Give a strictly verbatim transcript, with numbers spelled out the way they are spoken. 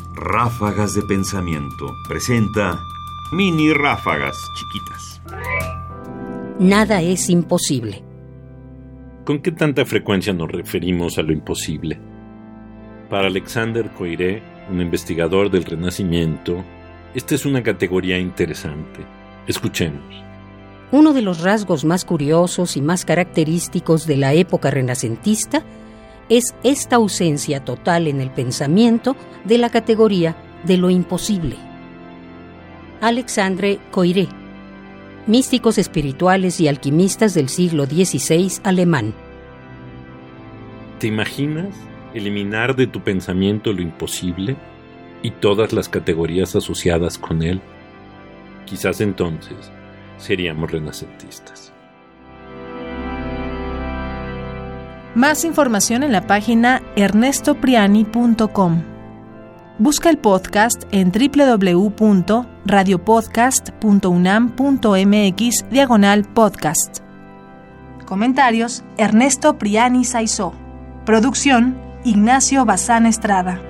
Ráfagas de Pensamiento presenta mini ráfagas chiquitas. Nada es imposible. ¿Con qué tanta frecuencia nos referimos a lo imposible? Para Alexander Coiré, un investigador del Renacimiento, esta es una categoría interesante. Escuchemos. Uno de los rasgos más curiosos y más característicos de la época renacentista es esta ausencia total en el pensamiento de la categoría de lo imposible. Alexandre Coiré, místicos espirituales y alquimistas del siglo dieciséis alemán. ¿Te imaginas eliminar de tu pensamiento lo imposible y todas las categorías asociadas con él? Quizás entonces seríamos renacentistas. Más información en la página ernesto priani punto com. Busca el podcast en doble u doble u doble u punto radio podcast punto unam punto m x diagonal podcast. Comentarios: Ernesto Priani Saizó. Producción: Ignacio Bazán Estrada.